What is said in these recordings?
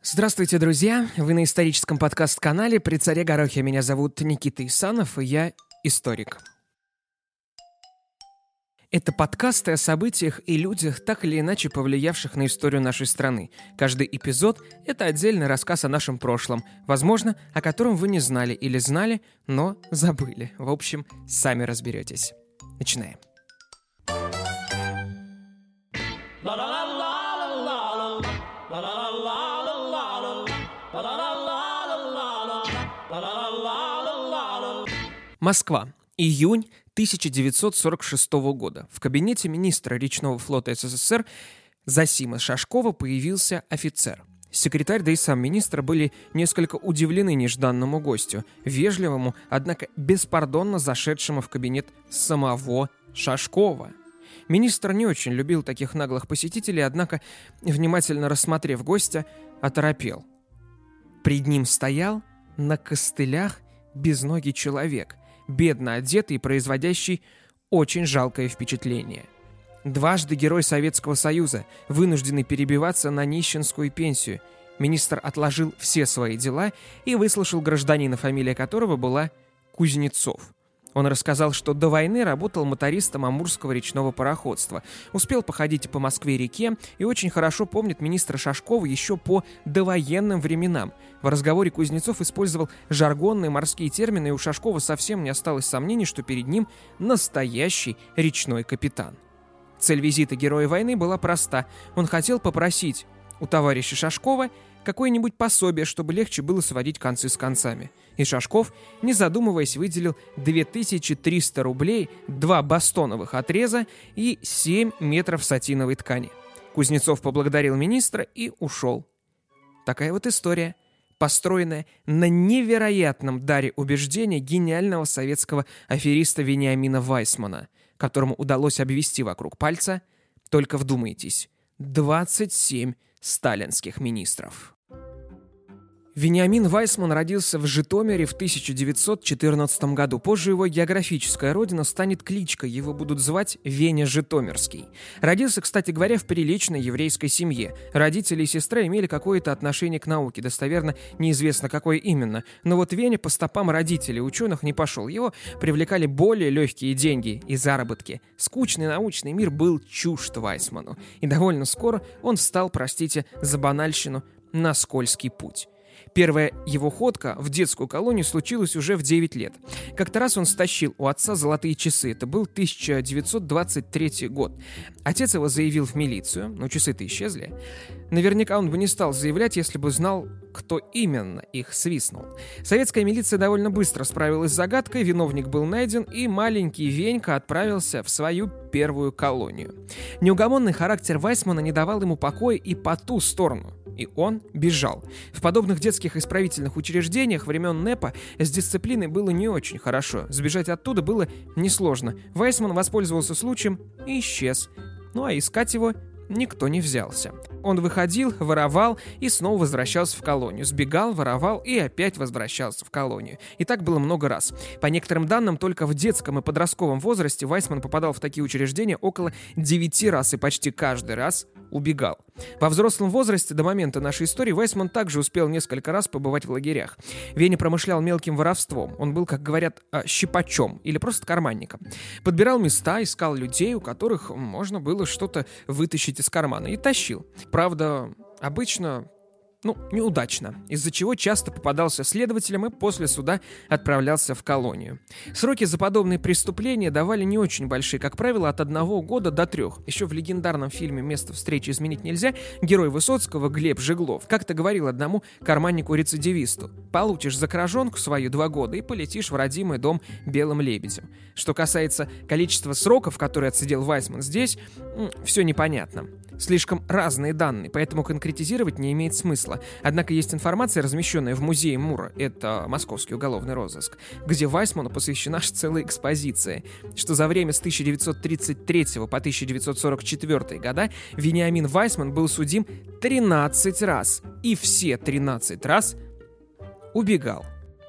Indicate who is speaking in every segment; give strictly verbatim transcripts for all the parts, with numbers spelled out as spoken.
Speaker 1: Здравствуйте, друзья! Вы на историческом подкаст-канале «При царе Горохе». Меня зовут Никита Исанов, и я историк. Это подкасты о событиях и людях, так или иначе повлиявших на историю нашей страны. Каждый эпизод — это отдельный рассказ о нашем прошлом, возможно, о котором вы не знали или знали, но забыли. В общем, сами разберетесь. Начинаем. Москва. Июнь тысяча девятьсот сорок шестого года. В кабинете министра речного флота СССР Зосимы Шашкова появился офицер. Секретарь, да и сам министр были несколько удивлены нежданному гостю, вежливому, однако беспардонно зашедшему в кабинет самого Шашкова. Министр не очень любил таких наглых посетителей, однако, внимательно рассмотрев гостя, оторопел. Пред ним стоял на костылях безногий человек, бедно одетый и производящий очень жалкое впечатление. Дважды герой Советского Союза, вынужденный перебиваться на нищенскую пенсию, министр отложил все свои дела и выслушал гражданина, фамилия которого была Кузнецов. Он рассказал, что до войны работал мотористом Амурского речного пароходства, успел походить по Москве-реке и очень хорошо помнит министра Шашкова еще по довоенным временам. В разговоре Кузнецов использовал жаргонные морские термины, и у Шашкова совсем не осталось сомнений, что перед ним настоящий речной капитан. Цель визита героя войны была проста. Он хотел попросить у товарища Шашкова какое-нибудь пособие, чтобы легче было сводить концы с концами. И Шашков, не задумываясь, выделил две тысячи триста рублей, два бастоновых отреза и семь метров сатиновой ткани. Кузнецов поблагодарил министра и ушел. Такая вот история, построенная на невероятном даре убеждения гениального советского афериста Вениамина Вайсмана, которому удалось обвести вокруг пальца, только вдумайтесь, двадцать семь сталинских министров. Вениамин Вайсман родился в Житомире в тысяча девятьсот четырнадцатом году. Позже его географическая родина станет кличкой, его будут звать Веня Житомирский. Родился, кстати говоря, в приличной еврейской семье. Родители и сестра имели какое-то отношение к науке, достоверно неизвестно какое именно. Но вот Веня по стопам родителей ученых не пошел. Его привлекали более легкие деньги и заработки. Скучный научный мир был чужд Вайсману. И довольно скоро он встал, простите за банальщину, на скользкий путь. Первая его ходка в детскую колонию случилась уже в девять лет. Как-то раз он стащил у отца золотые часы. Это был тысяча девятьсот двадцать третий год. Отец его заявил в милицию, но часы-то исчезли. Наверняка он бы не стал заявлять, если бы знал, кто именно их свистнул. Советская милиция довольно быстро справилась с загадкой, виновник был найден, и маленький Венька отправился в свою первую колонию. Неугомонный характер Вайсмана не давал ему покоя и по ту сторону. И он бежал. В подобных детских исправительных учреждениях времен НЭПа с дисциплиной было не очень хорошо. Сбежать оттуда было несложно. Вайсман воспользовался случаем и исчез. Ну а искать его никто не взялся. Он выходил, воровал и снова возвращался в колонию. Сбегал, воровал и опять возвращался в колонию. И так было много раз. По некоторым данным, только в детском и подростковом возрасте Вайсман попадал в такие учреждения около девяти раз и почти каждый раз убегал. Во взрослом возрасте до момента нашей истории Вайсман также успел несколько раз побывать в лагерях. Веня промышлял мелким воровством. Он был, как говорят, щипачом или просто карманником. Подбирал места, искал людей, у которых можно было что-то вытащить из кармана, и тащил. Правда, обычно, ну, неудачно, из-за чего часто попадался следователем и после суда отправлялся в колонию. Сроки за подобные преступления давали не очень большие, как правило, от одного года до трех. Еще в легендарном фильме «Место встречи изменить нельзя» герой Высоцкого Глеб Жеглов как-то говорил одному карманнику-рецидивисту: «Получишь за кражонку свою два года и полетишь в родимый дом белым лебедем». Что касается количества сроков, которые отсидел Вайсман здесь, все непонятно. Слишком разные данные, поэтому конкретизировать не имеет смысла. Однако есть информация, размещенная в музее Мура, это московский уголовный розыск, где Вайсману посвящена аж целая экспозиция, что за время с тысяча девятьсот тридцать третьего по тысяча девятьсот сорок четвёртый года Вениамин Вайсман был судим тринадцать раз, и все тринадцать раз убегал.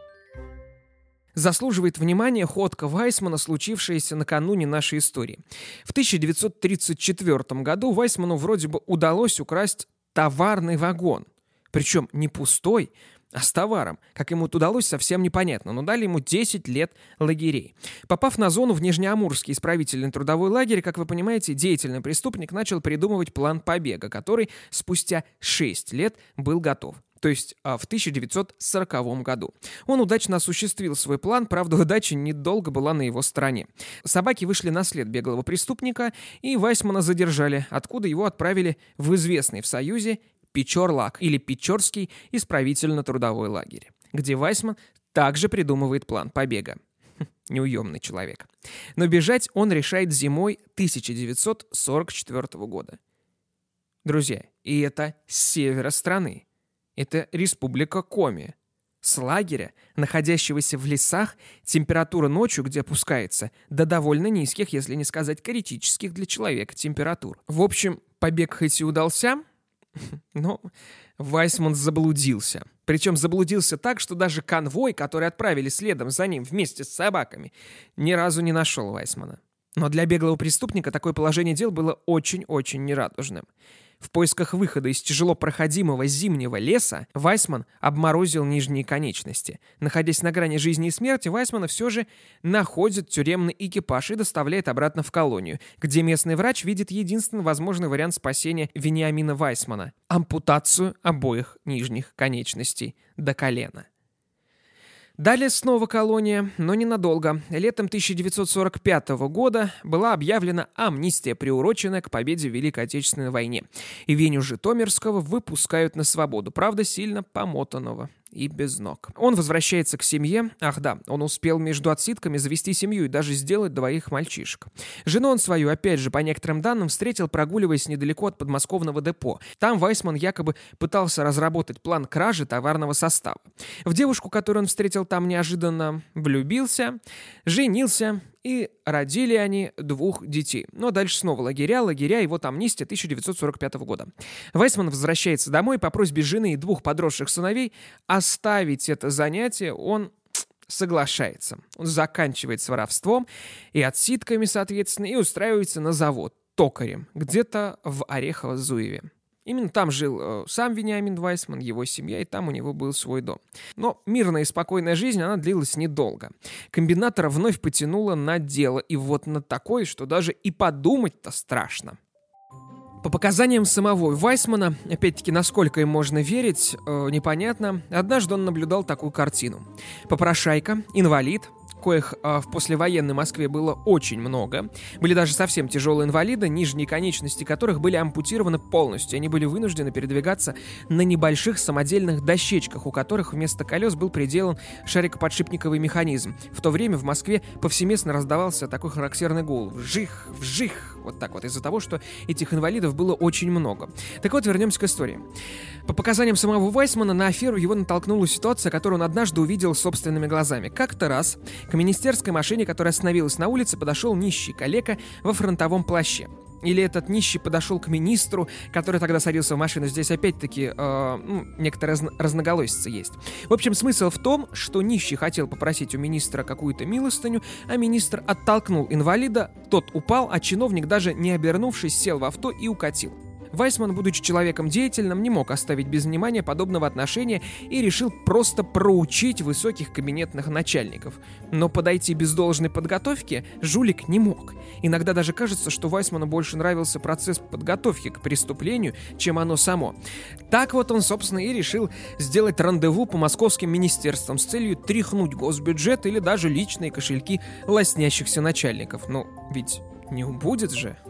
Speaker 1: Заслуживает внимания ходка Вайсмана, случившаяся накануне нашей истории. В тысяча девятьсот тридцать четвёртом году Вайсману вроде бы удалось украсть товарный вагон. Причем не пустой, а с товаром. Как ему это удалось, совсем непонятно, но дали ему десять лет лагерей. Попав на зону в Нижнеамурский исправительный трудовой лагерь, как вы понимаете, деятельный преступник начал придумывать план побега, который спустя шесть лет был готов. То есть в тысяча девятьсот сороковом году. Он удачно осуществил свой план, правда, удача недолго была на его стороне. Собаки вышли на след беглого преступника, и Вайсмана задержали, откуда его отправили в известный в Союзе Печорлаг или Печорский исправительно-трудовой лагерь, где Вайсман также придумывает план побега. Неуемный человек. Но бежать он решает зимой тысяча девятьсот сорок четвёртого года. Друзья, и это с севера страны. Это республика Коми. С лагеря, находящегося в лесах, температура ночью, где опускается, до довольно низких, если не сказать критических для человека температур. В общем, побег хоть и удался, но Вайсман заблудился. Причем заблудился так, что даже конвой, который отправили следом за ним вместе с собаками, ни разу не нашел Вайсмана. Но для беглого преступника такое положение дел было очень-очень нерадужным. В поисках выхода из тяжело проходимого зимнего леса Вайсман обморозил нижние конечности. Находясь на грани жизни и смерти, Вайсмана все же находит тюремный экипаж и доставляет обратно в колонию, где местный врач видит единственный возможный вариант спасения Вениамина Вайсмана – ампутацию обоих нижних конечностей до колена. Далее снова колония, но ненадолго. Летом тысяча девятьсот сорок пятого года была объявлена амнистия, приуроченная к победе в Великой Отечественной войне. И Веню Житомирского выпускают на свободу, правда, сильно помотанного и без ног. Он возвращается к семье. Ах да, он успел между отсидками завести семью и даже сделать двоих мальчишек. Жену он свою, опять же, по некоторым данным, встретил, прогуливаясь недалеко от подмосковного депо. Там Вайсман якобы пытался разработать план кражи товарного состава. В девушку, которую он встретил там, неожиданно влюбился, женился, и родили они двух детей. Но дальше снова лагеря, лагеря и вот амнистия тысяча девятьсот сорок пятого года. Вайсман возвращается домой по просьбе жены и двух подросших сыновей. Оставить это занятие он соглашается. Он заканчивает с воровством и отсидками, соответственно, и устраивается на завод токарем, где-то в Орехово-Зуеве. Именно там жил э, сам Вениамин Вайсман, его семья, и там у него был свой дом. Но мирная и спокойная жизнь, она длилась недолго. Комбинатора вновь потянуло на дело, и вот на такое, что даже и подумать-то страшно. По показаниям самого Вайсмана, опять-таки, насколько им можно верить, э, непонятно, однажды он наблюдал такую картину. Попрошайка, инвалид, коих э, в послевоенной Москве было очень много. Были даже совсем тяжелые инвалиды, нижние конечности которых были ампутированы полностью. Они были вынуждены передвигаться на небольших самодельных дощечках, у которых вместо колес был приделан шарикоподшипниковый механизм. В то время в Москве повсеместно раздавался такой характерный гул. Вжих, вжих. Вот так вот, из-за того, что этих инвалидов было очень много. Так вот, вернемся к истории. По показаниям самого Вайсмана, на аферу его натолкнула ситуация, которую он однажды увидел собственными глазами. Как-то раз к министерской машине, которая остановилась на улице, подошел нищий калека во фронтовом плаще. Или этот нищий подошел к министру, который тогда садился в машину. Здесь опять-таки э, ну, некоторая разно- разноголосица есть. В общем, смысл в том, что нищий хотел попросить у министра какую-то милостыню, а министр оттолкнул инвалида, тот упал, а чиновник, даже не обернувшись, сел в авто и укатил. Вайсман, будучи человеком деятельным, не мог оставить без внимания подобного отношения и решил просто проучить высоких кабинетных начальников. Но подойти без должной подготовки жулик не мог. Иногда даже кажется, что Вайсману больше нравился процесс подготовки к преступлению, чем оно само. Так вот он, собственно, и решил сделать рандеву по московским министерствам с целью тряхнуть госбюджет или даже личные кошельки лоснящихся начальников. Ну, ведь не убудет же.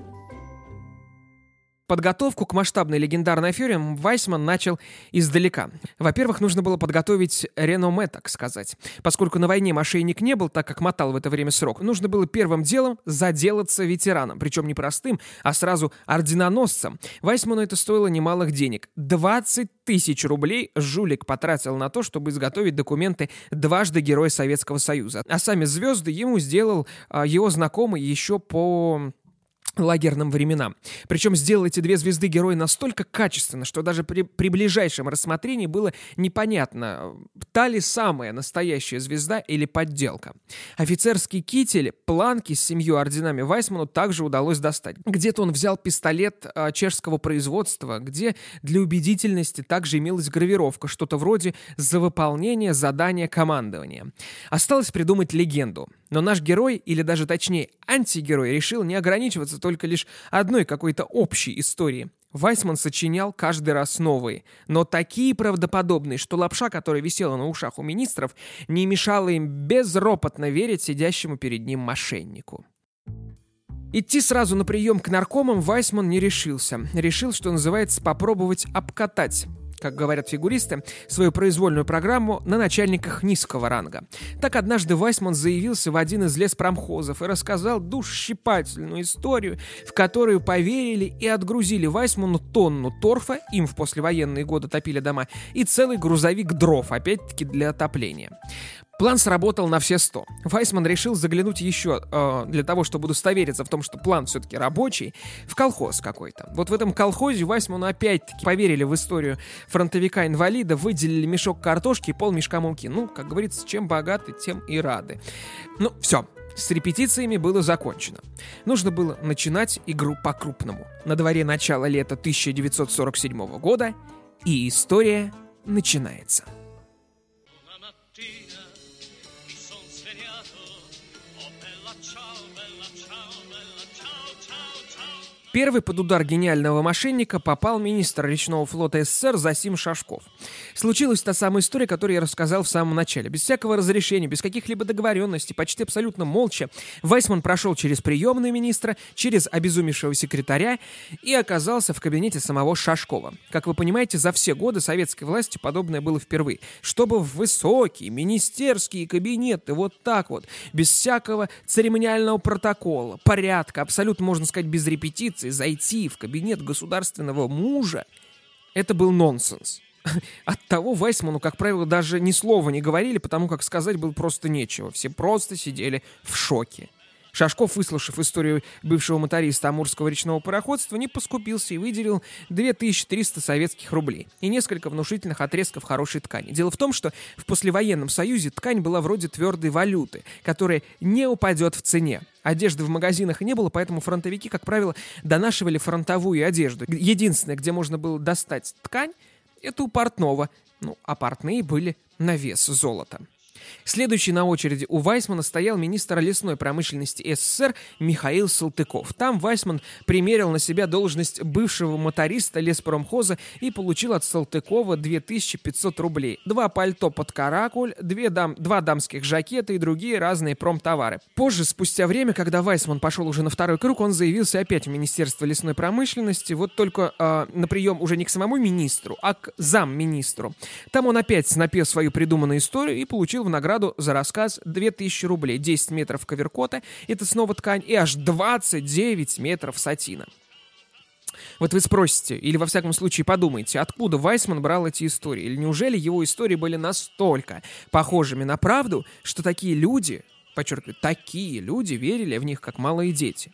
Speaker 1: Подготовку к масштабной легендарной афере Вайсман начал издалека. Во-первых, нужно было подготовить реноме, так сказать. Поскольку на войне мошенник не был, так как мотал в это время срок, нужно было первым делом заделаться ветераном. Причем не простым, а сразу орденоносцем. Вайсману это стоило немалых денег. двадцать тысяч рублей жулик потратил на то, чтобы изготовить документы дважды Героя Советского Союза. А сами звезды ему сделал а, его знакомый еще по... лагерным временам. Причем сделал эти две звезды героя настолько качественно, что даже при, при ближайшем рассмотрении было непонятно, та ли самая настоящая звезда или подделка. Офицерский китель, планки с семью орденами Вайсману также удалось достать. Где-то он взял пистолет а, чешского производства, где для убедительности также имелась гравировка, что-то вроде «за выполнение задания командования». Осталось придумать легенду. Но наш герой, или даже точнее антигерой, решил не ограничиваться только лишь одной какой-то общей историей. Вайсман сочинял каждый раз новые, но такие правдоподобные, что лапша, которая висела на ушах у министров, не мешала им безропотно верить сидящему перед ним мошеннику. Идти сразу на прием к наркомам Вайсман не решился. Решил, что называется, попробовать обкатать, как говорят фигуристы, свою произвольную программу на начальниках низкого ранга. Так однажды Вайсман заявился в один из леспромхозов и рассказал душещипательную историю, в которую поверили и отгрузили Вайсману тонну торфа, им в послевоенные годы топили дома, и целый грузовик дров, опять-таки для отопления. План сработал на все сто. Вайсман решил заглянуть еще, э, для того, чтобы удостовериться в том, что план все-таки рабочий, в колхоз какой-то. Вот в этом колхозе Вайсману опять-таки поверили в историю фронтовика-инвалида, выделили мешок картошки и полмешка муки. Ну, как говорится, чем богаты, тем и рады. Ну, все. С репетициями было закончено. Нужно было начинать игру по-крупному. На дворе начало лета тысяча девятьсот сорок седьмого года, и история начинается. Первый под удар гениального мошенника попал министр речного флота СССР Зосим Шашков. Случилась та самая история, которую я рассказал в самом начале. Без всякого разрешения, без каких-либо договоренностей, почти абсолютно молча, Вайсман прошел через приемную министра, через обезумевшего секретаря и оказался в кабинете самого Шашкова. Как вы понимаете, за все годы советской власти подобное было впервые. Чтобы в высокие министерские кабинеты вот так вот, без всякого церемониального протокола, порядка, абсолютно, можно сказать, без репетиции, зайти в кабинет государственного мужа, это был нонсенс. Оттого Вайсману, как правило, даже ни слова не говорили, потому как сказать было просто нечего. Все просто сидели в шоке. Шашков, выслушав историю бывшего моториста Амурского речного пароходства, не поскупился и выделил две тысячи триста советских рублей и несколько внушительных отрезков хорошей ткани. Дело в том, что в послевоенном Союзе ткань была вроде твердой валюты, которая не упадет в цене. Одежды в магазинах не было, поэтому фронтовики, как правило, донашивали фронтовую одежду. Единственное, где можно было достать ткань, это у портного, ну, а портные были на вес золота. Следующий на очереди у Вайсмана стоял министр лесной промышленности СССР Михаил Салтыков. Там Вайсман примерил на себя должность бывшего моториста леспромхоза и получил от Салтыкова две тысячи пятьсот рублей. Два пальто под каракуль, две дам, два дамских жакета и другие разные промтовары. Позже, спустя время, когда Вайсман пошел уже на второй круг, он заявился опять в Министерство лесной промышленности, вот только э, на прием уже не к самому министру, а к замминистру. Там он опять напел свою придуманную историю и получил в награду за рассказ две тысячи рублей, десять метров коверкота, это снова ткань, и аж двадцать девять метров сатина. Вот вы спросите, или во всяком случае подумайте, откуда Вайсман брал эти истории? Или неужели его истории были настолько похожими на правду, что такие люди, подчеркиваю, такие люди верили в них, как малые дети?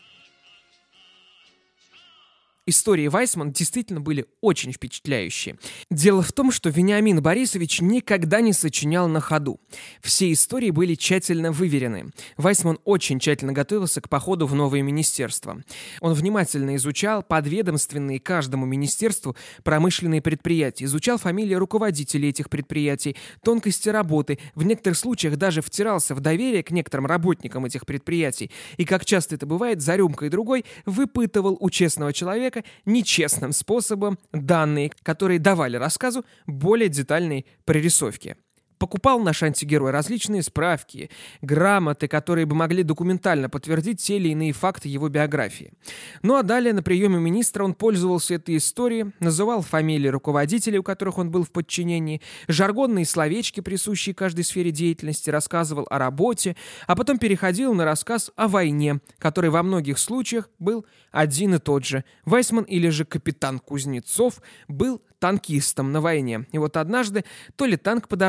Speaker 1: Истории Вайсмана действительно были очень впечатляющие. Дело в том, что Вениамин Борисович никогда не сочинял на ходу. Все истории были тщательно выверены. Вайсман очень тщательно готовился к походу в новое министерство. Он внимательно изучал подведомственные каждому министерству промышленные предприятия, изучал фамилии руководителей этих предприятий, тонкости работы, в некоторых случаях даже втирался в доверие к некоторым работникам этих предприятий и, как часто это бывает, за рюмкой другой выпытывал у честного человека нечестным способом данные, которые давали рассказу более детальной прорисовки. Покупал наш антигерой различные справки, грамоты, которые бы могли документально подтвердить те или иные факты его биографии. Ну а далее на приеме министра он пользовался этой историей, называл фамилии руководителей, у которых он был в подчинении, жаргонные словечки, присущие каждой сфере деятельности, рассказывал о работе, а потом переходил на рассказ о войне, который во многих случаях был один и тот же. Вайсман или же капитан Кузнецов был танкистом на войне. И вот однажды то ли танк подорвался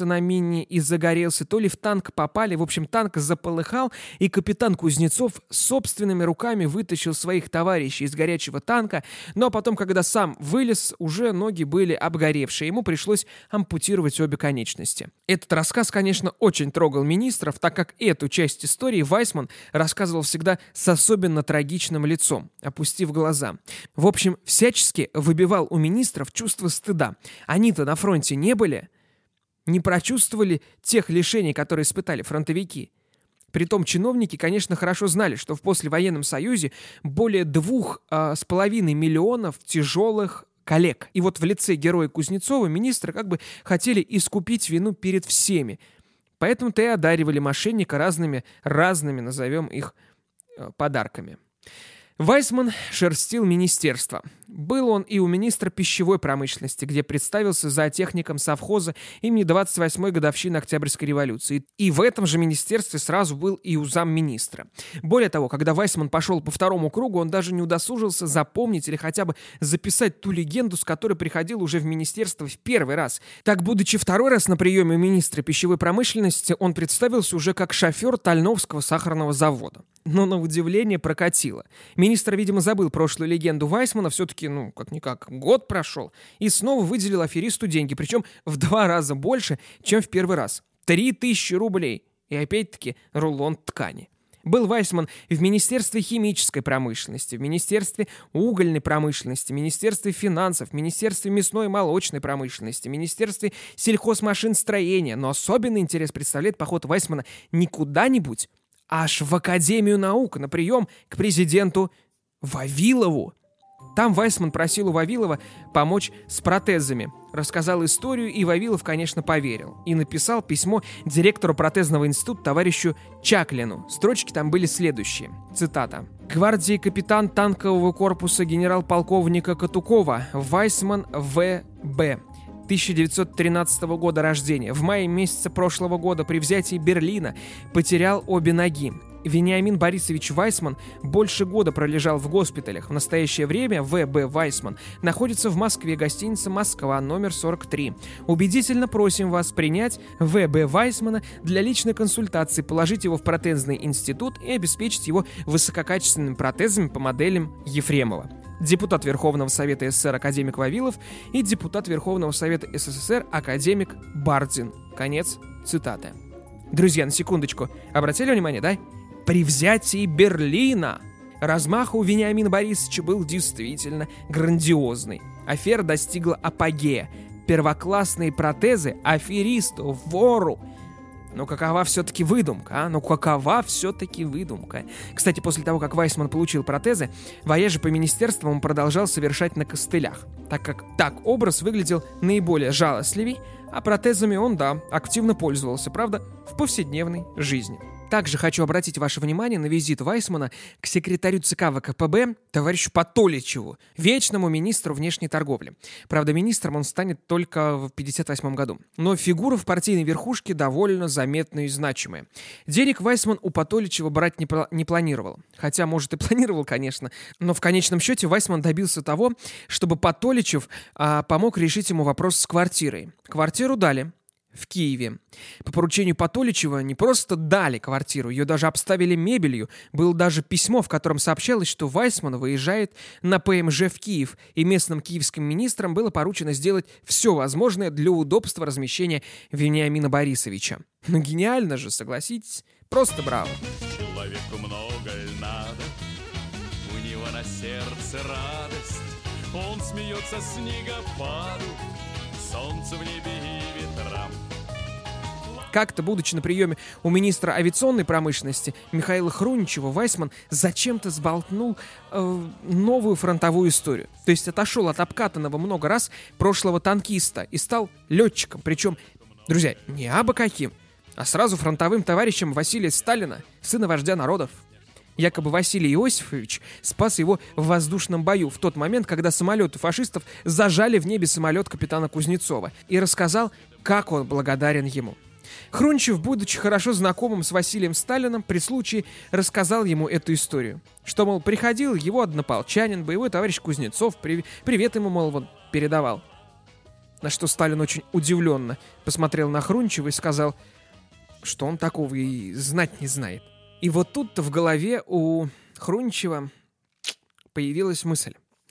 Speaker 1: взорвался на мине и загорелся, то ли в танк попали. В общем, танк заполыхал, и капитан Кузнецов собственными руками вытащил своих товарищей из горячего танка, но потом, когда сам вылез, уже ноги были обгоревшие, ему пришлось ампутировать обе конечности. Этот рассказ, конечно, очень трогал министров, так как эту часть истории Вайсман рассказывал всегда с особенно трагичным лицом, опустив глаза. В общем, всячески выбивал у министров чувство стыда. Они-то на фронте не были, не прочувствовали тех лишений, которые испытали фронтовики. Притом чиновники, конечно, хорошо знали, что в послевоенном Союзе более двух а, с половиной миллионов тяжелых коллег. И вот в лице героя Кузнецова министры как бы хотели искупить вину перед всеми. Поэтому-то и одаривали мошенника разными, разными, назовем их, э, подарками. Вайсман шерстил министерство. Был он и у министра пищевой промышленности, где представился зоотехником совхоза имени двадцать восьмой годовщины Октябрьской революции. И в этом же министерстве сразу был и у замминистра. Более того, когда Вайсман пошел по второму кругу, он даже не удосужился запомнить или хотя бы записать ту легенду, с которой приходил уже в министерство в первый раз. Так, будучи второй раз на приеме у министра пищевой промышленности, он представился уже как шофер Тальновского сахарного завода. Но на удивление прокатило. Министр, видимо, забыл прошлую легенду Вайсмана, все-таки, ну, как-никак, год прошел, и снова выделил аферисту деньги, причем в два раза больше, чем в первый раз. Три тысячи рублей. И опять-таки рулон ткани. Был Вайсман в Министерстве химической промышленности, в Министерстве угольной промышленности, в Министерстве финансов, в Министерстве мясной и молочной промышленности, в Министерстве сельхозмашиностроения. Но особенный интерес представляет поход Вайсмана не куда-нибудь, аж в Академию наук на прием к президенту Вавилову. Там Вайсман просил у Вавилова помочь с протезами. Рассказал историю, и Вавилов, конечно, поверил. И написал письмо директору протезного института товарищу Чаклину. Строчки там были следующие. Цитата. «Гвардии капитан танкового корпуса генерал-полковника Катукова Вайсман В Б тысяча девятьсот тринадцатого года рождения. В мае месяца прошлого года при взятии Берлина потерял обе ноги. Вениамин Борисович Вайсман больше года пролежал в госпиталях. В настоящее время В Б Вайсман находится в Москве, гостиница «Москва», номер сорок три. Убедительно просим вас принять В Б Вайсмана для личной консультации, положить его в протезный институт и обеспечить его высококачественными протезами по моделям Ефремова. Депутат Верховного Совета СССР академик Вавилов и депутат Верховного Совета СССР академик Бардин». Конец цитаты. Друзья, на секундочку. Обратили внимание, да? При взятии Берлина размах у Вениамина Борисовича был действительно грандиозный. Афера достигла апогея. Первоклассные протезы аферисту, вору. Но какова все-таки выдумка, а? Ну какова все-таки выдумка? Кстати, после того, как Вайсман получил протезы, вояжи по министерствам он продолжал совершать на костылях, так как так образ выглядел наиболее жалостливей, а протезами он, да, активно пользовался, правда, в повседневной жизни. Также хочу обратить ваше внимание на визит Вайсмана к секретарю ЦК ВКПБ товарищу Патоличеву, вечному министру внешней торговли. Правда, министром он станет только в пятьдесят восьмом году. Но фигура в партийной верхушке довольно заметная и значимая. Денег Вайсман у Патоличева брать не, пла- не планировал. Хотя, может, и планировал, конечно. Но в конечном счете Вайсман добился того, чтобы Патоличев а, помог решить ему вопрос с квартирой. Квартиру дали. В Киеве. По поручению Патоличева не просто дали квартиру, ее даже обставили мебелью. Было даже письмо, в котором сообщалось, что Вайсман выезжает на П М Ж в Киев, и местным киевским министрам было поручено сделать все возможное для удобства размещения Вениамина Борисовича. Ну гениально же, согласитесь? Просто браво.
Speaker 2: Человеку много надо, у него на сердце радость, он смеется снегопаду, солнце в небе и ветрам.
Speaker 1: Как-то, будучи на приеме у министра авиационной промышленности Михаила Хруничева, Вайсман зачем-то сболтнул э, новую фронтовую историю. То есть отошел от обкатанного много раз прошлого танкиста и стал летчиком. Причем, друзья, не абы каким, а сразу фронтовым товарищем Василия Сталина, сына вождя народов. Якобы Василий Иосифович спас его в воздушном бою в тот момент, когда самолеты фашистов зажали в небе самолет капитана Кузнецова, и рассказал, как он благодарен ему. Хруничев, будучи хорошо знакомым с Василием Сталиным, при случае рассказал ему эту историю. Что, мол, приходил его однополчанин, боевой товарищ Кузнецов, при... привет ему, мол, он передавал. На что Сталин очень удивленно посмотрел на Хрунчева и сказал, что он такого и знать не знает. И вот тут-то в голове у Хрунчева появилась мысль.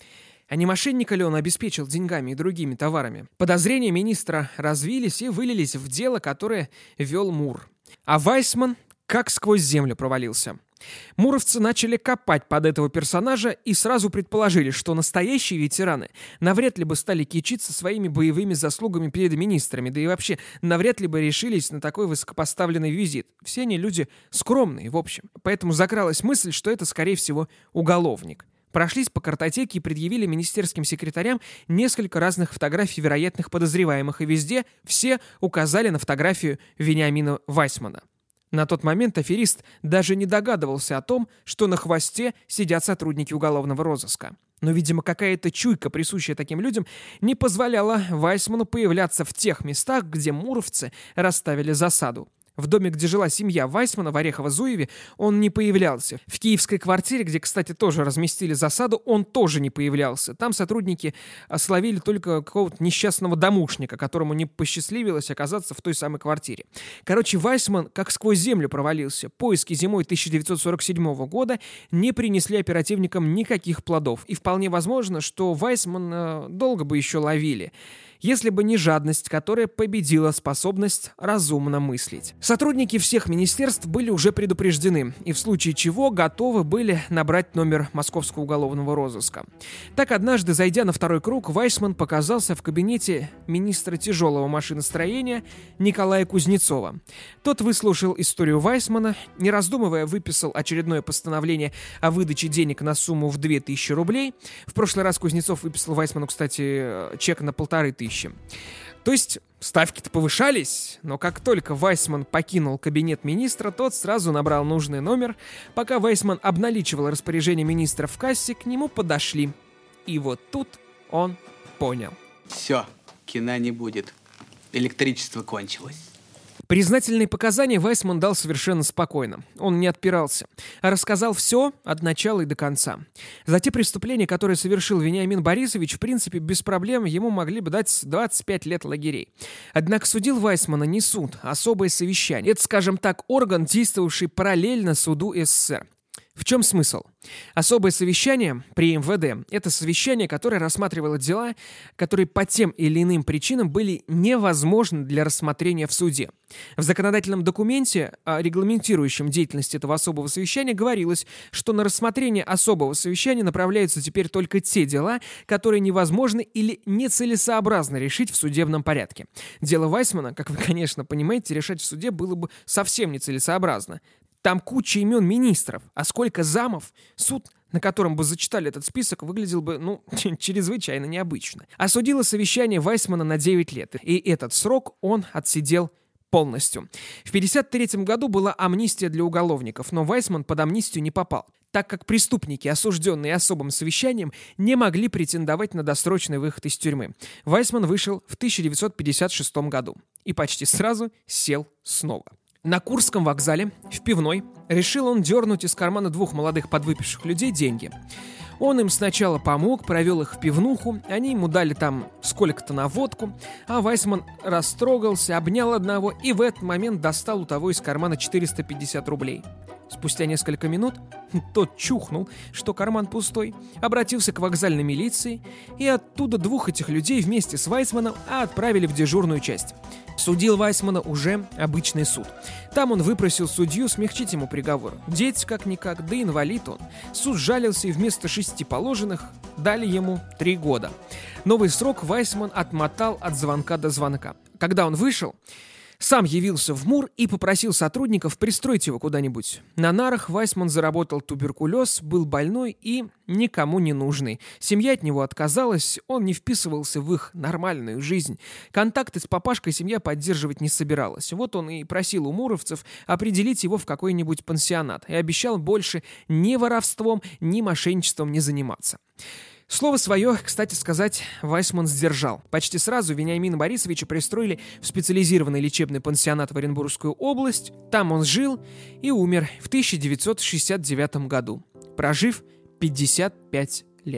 Speaker 1: А не мошенника ли он обеспечил деньгами и другими товарами? Подозрения министра развились и вылились в дело, которое вел Мур. А Вайсман как сквозь землю провалился. Муровцы начали копать под этого персонажа и сразу предположили, что настоящие ветераны навряд ли бы стали кичиться своими боевыми заслугами перед министрами, да и вообще навряд ли бы решились на такой высокопоставленный визит. Все они люди скромные, в общем. Поэтому закралась мысль, что это, скорее всего, уголовник. Прошлись по картотеке и предъявили министерским секретарям несколько разных фотографий вероятных подозреваемых, и везде все указали на фотографию Вениамина Вайсмана. На тот момент аферист даже не догадывался о том, что на хвосте сидят сотрудники уголовного розыска. Но, видимо, какая-то чуйка, присущая таким людям, не позволяла Вайсману появляться в тех местах, где муровцы расставили засаду. В доме, где жила семья Вайсмана в Орехово-Зуеве, он не появлялся. В киевской квартире, где, кстати, тоже разместили засаду, он тоже не появлялся. Там сотрудники словили только какого-то несчастного домушника, которому не посчастливилось оказаться в той самой квартире. Короче, Вайсман как сквозь землю провалился. Поиски зимой тысяча девятьсот сорок седьмого года не принесли оперативникам никаких плодов. И вполне возможно, что Вайсмана долго бы еще ловили, если бы не жадность, которая победила способность разумно мыслить. Сотрудники всех министерств были уже предупреждены, и в случае чего готовы были набрать номер Московского уголовного розыска. Так, однажды, зайдя на второй круг, Вайсман показался в кабинете министра тяжелого машиностроения Николая Кузнецова. Тот выслушал историю Вайсмана, не раздумывая, выписал очередное постановление о выдаче денег на сумму в две тысячи рублей. В прошлый раз Кузнецов выписал Вайсману, кстати, чек на полторы тысячи. То есть ставки-то повышались, но как только Вайсман покинул кабинет министра, тот сразу набрал нужный номер. Пока Вайсман обналичивал распоряжение министра в кассе, к нему подошли. И вот тут он понял.
Speaker 3: Все, кино не будет. Электричество кончилось.
Speaker 1: Признательные показания Вайсман дал совершенно спокойно. Он не отпирался, а рассказал все от начала и до конца. За те преступления, которые совершил Вениамин Борисович, в принципе, без проблем ему могли бы дать двадцать пять лет лагерей. Однако судил Вайсмана не суд, а особое совещание. Это, скажем так, орган, действовавший параллельно суду СССР. В чем смысл? Особое совещание при эм вэ дэ – это совещание, которое рассматривало дела, которые по тем или иным причинам были невозможны для рассмотрения в суде. В законодательном документе, регламентирующем деятельность этого особого совещания, говорилось, что на рассмотрение особого совещания направляются теперь только те дела, которые невозможно или нецелесообразно решить в судебном порядке. Дело Вайсмана, как вы, конечно, понимаете, решать в суде было бы совсем нецелесообразно. Там куча имен министров, а сколько замов, суд, на котором бы зачитали этот список, выглядел бы, ну, чрезвычайно необычно. Осудило совещание Вайсмана на девять лет, и этот срок он отсидел полностью. В пятьдесят третьем году была амнистия для уголовников, но Вайсман под амнистию не попал, так как преступники, осужденные особым совещанием, не могли претендовать на досрочный выход из тюрьмы. Вайсман вышел в тысяча девятьсот пятьдесят шестом году и почти сразу сел снова. На Курском вокзале, в пивной, решил он дернуть из кармана двух молодых подвыпивших людей деньги. Он им сначала помог, провел их в пивнуху, они ему дали там сколько-то на водку, а Вайсман растрогался, обнял одного и в этот момент достал у того из кармана четыреста пятьдесят рублей. Спустя несколько минут тот чухнул, что карман пустой, обратился к вокзальной милиции, и оттуда двух этих людей вместе с Вайсманом отправили в дежурную часть. Судил Вайсмана уже обычный суд. Там он выпросил судью смягчить ему приговор. Деть как-никак, да инвалид он. Суд жалился и вместо шести положенных дали ему три года. Новый срок Вайсман отмотал от звонка до звонка. Когда он вышел, сам явился в МУР и попросил сотрудников пристроить его куда-нибудь. На нарах Вайсман заработал туберкулез, был больной и никому не нужный. Семья от него отказалась, он не вписывался в их нормальную жизнь. Контакты с папашкой семья поддерживать не собиралась. Вот он и просил у муровцев определить его в какой-нибудь пансионат и обещал больше ни воровством, ни мошенничеством не заниматься. Слово свое, кстати сказать, Вайсман сдержал. Почти сразу Вениамина Борисовича пристроили в специализированный лечебный пансионат в Оренбургскую область. Там он жил и умер в тысяча девятьсот шестьдесят девятом году, прожив пятьдесят пять лет.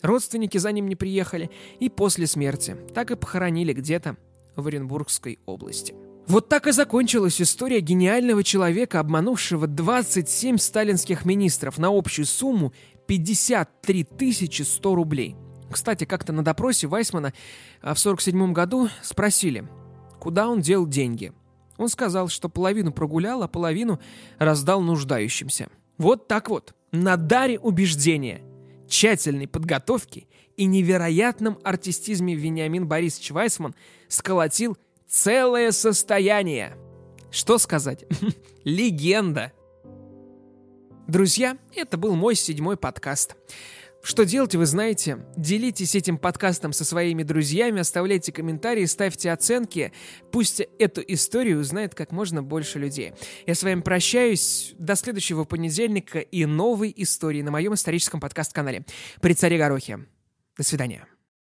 Speaker 1: Родственники за ним не приехали и после смерти так и похоронили где-то в Оренбургской области. Вот так и закончилась история гениального человека, обманувшего двадцать семь сталинских министров на общую сумму пятьдесят три тысячи сто рублей. Кстати, как-то на допросе Вайсмана в сорок седьмом году спросили, куда он дел деньги. Он сказал, что половину прогулял, а половину раздал нуждающимся. Вот так вот, на даре убеждения, тщательной подготовки и невероятном артистизме Вениамин Борисович Вайсман сколотил целое состояние. Что сказать? Легенда. Друзья, это был мой седьмой подкаст. Что делать, вы знаете. Делитесь этим подкастом со своими друзьями, оставляйте комментарии, ставьте оценки. Пусть эту историю узнает как можно больше людей. Я с вами прощаюсь. До следующего понедельника и новой истории на моем историческом подкаст-канале «При царе Горохе». До свидания.